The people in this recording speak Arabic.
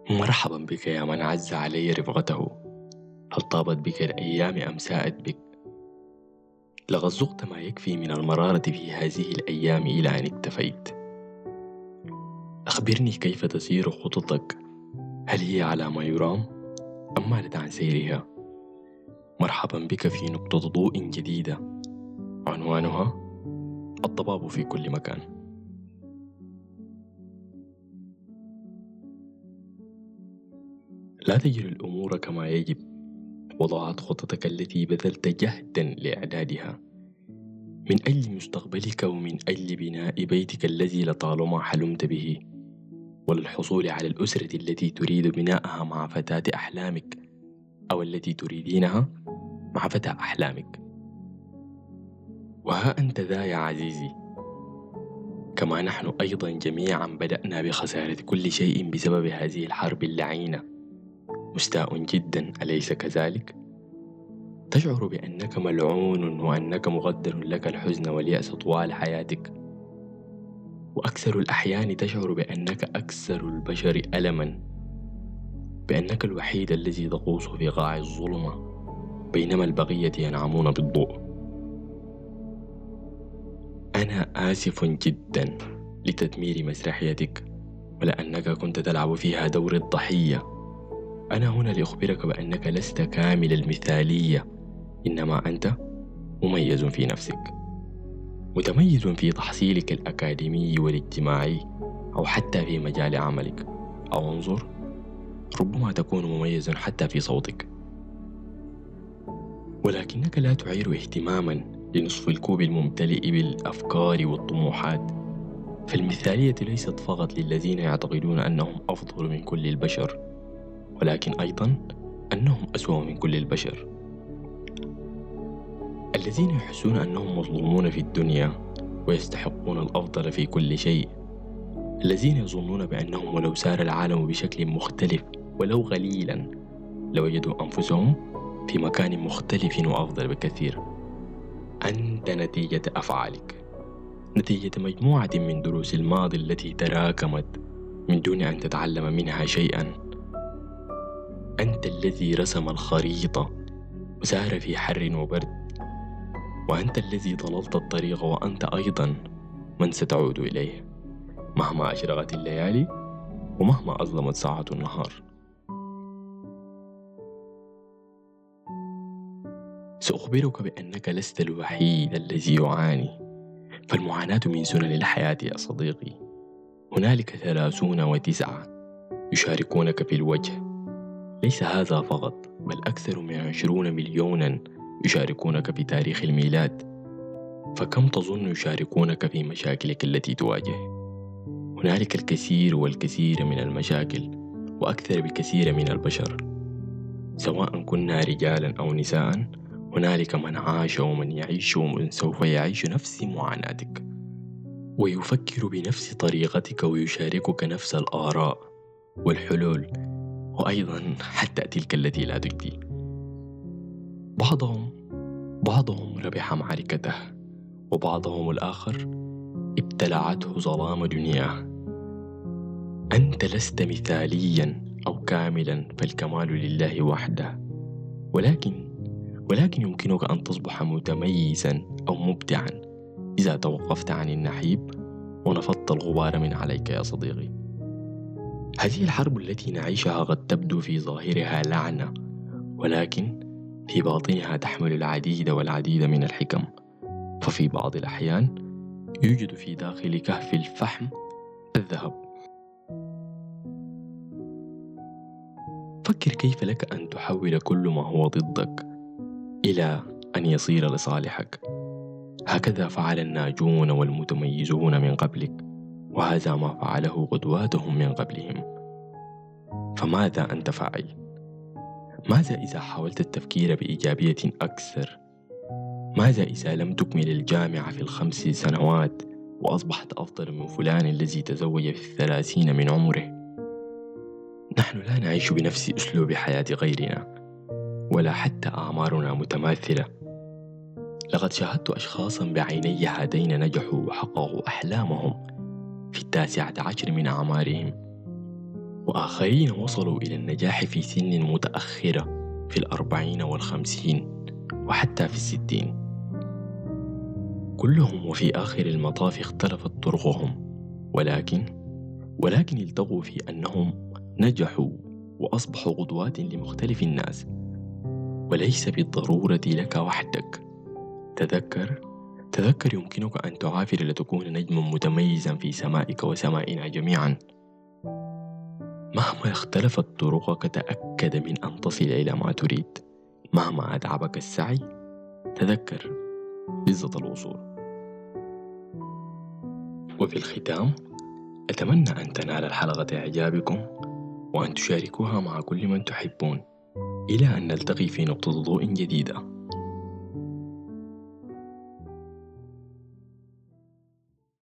مرحبا بك يا من عز علي رفقته. هل طابت بك الأيام أم ساءت بك؟ لقد ذقت ما يكفي من المرارة في هذه الأيام إلى أن اكتفيت. أخبرني كيف تسير خططك؟ هل هي على ما يرام أم مالت عن سيرها؟ مرحبا بك في نقطة ضوء جديدة عنوانها الضباب في كل مكان. لا تجري الأمور كما يجب، وضعت خطتك التي بذلت جهدا لإعدادها من أجل مستقبلك ومن أجل بناء بيتك الذي لطالما حلمت به، وللحصول على الأسرة التي تريد بناءها مع فتاة أحلامك، أو التي تريدينها مع فتى أحلامك. وها أنت ذا يا عزيزي، كما نحن أيضا جميعا بدأنا بخسارة كل شيء بسبب هذه الحرب اللعينة. مستاء جدا، أليس كذلك؟ تشعر بأنك ملعون وأنك مقدر لك الحزن واليأس طوال حياتك، وأكثر الأحيان تشعر بأنك أكثر البشر ألما، بأنك الوحيد الذي تغوص في قاع الظلمة بينما البقية ينعمون بالضوء. أنا آسف جدا لتدمير مسرحيتك، ولأنك كنت تلعب فيها دور الضحية. أنا هنا لأخبرك بأنك لست كامل المثالية، إنما أنت مميز في نفسك، متميز في تحصيلك الأكاديمي والاجتماعي، أو حتى في مجال عملك، أو انظر، ربما تكون مميزا حتى في صوتك. ولكنك لا تعير اهتماما لنصف الكوب الممتلئ بالأفكار والطموحات. فالمثالية ليست فقط للذين يعتقدون أنهم أفضل من كل البشر، ولكن أيضا أنهم أسوأ من كل البشر. الذين يحسون أنهم مظلومون في الدنيا ويستحقون الأفضل في كل شيء. الذين يظنون بأنهم ولو سار العالم بشكل مختلف ولو قليلا لوجدوا أنفسهم في مكان مختلف وأفضل بكثير. أنت نتيجة أفعالك، نتيجة مجموعة من دروس الماضي التي تراكمت من دون أن تتعلم منها شيئا. أنت الذي رسم الخريطة وسار في حر وبرد، وأنت الذي ضللت الطريق، وأنت أيضا من ستعود إليه مهما أشرقت الليالي ومهما أظلمت ساعة النهار. سأخبرك بأنك لست الوحيد الذي يعاني، فالمعاناة من سنن الحياة يا صديقي. هنالك 39 يشاركونك في الوجه. ليس هذا فقط، بل أكثر من 20 مليونا يشاركونك في تاريخ الميلاد. فكم تظن يشاركونك في مشاكلك التي تواجه؟ هنالك الكثير والكثير من المشاكل، وأكثر بكثير من البشر، سواء كنا رجالا أو نساء. هنالك من عاش ومن يعيش ومن سوف يعيش نفس معاناتك، ويفكر بنفس طريقتك ويشاركك نفس الآراء والحلول، وأيضا حتى تلك التي لا تجدي. بعضهم ربح معركته، وبعضهم الآخر ابتلعته ظلام دنياه. أنت لست مثاليا أو كاملا، فالكمال لله وحده، ولكن يمكنك أن تصبح متميزا أو مبدعا إذا توقفت عن النحيب ونفضت الغبار من عليك يا صديقي. هذه الحرب التي نعيشها قد تبدو في ظاهرها لعنة، ولكن في باطنها تحمل العديد من الحكم. ففي بعض الأحيان يوجد في داخل كهف الفحم الذهب. فكر كيف لك أن تحول كل ما هو ضدك إلى أن يصير لصالحك. هكذا فعل الناجون والمتميزون من قبلك، وهذا ما فعله قدواتهم من قبلهم. فماذا أنت فاعل؟ ماذا إذا حاولت التفكير بإيجابية أكثر؟ ماذا إذا لم تكمل الجامعة في ال5 سنوات وأصبحت أفضل من فلان الذي تزوج في 30 من عمره؟ نحن لا نعيش بنفس أسلوب حياة غيرنا، ولا حتى أعمارنا متماثلة. لقد شاهدت أشخاصا بعيني هذين نجحوا وحققوا أحلامهم في 19 من أعمارهم، وآخرين وصلوا إلى النجاح في سن متأخرة في 40 و50 وحتى في 60. كلهم وفي آخر المطاف اختلفت طرقهم، ولكن التقوا في أنهم نجحوا وأصبحوا قدوات لمختلف الناس، وليس بالضرورة لك وحدك. تذكر يمكنك أن تعافر لتكون نجما متميزا في سمائك وسمائنا جميعا. مهما اختلفت طرقك تأكد من أن تصل إلى ما تريد. مهما أتعبك السعي تذكر لذة الوصول. وفي الختام أتمنى أن تنال الحلقة إعجابكم وأن تشاركوها مع كل من تحبون، إلى أن نلتقي في نقطة ضوء جديدة.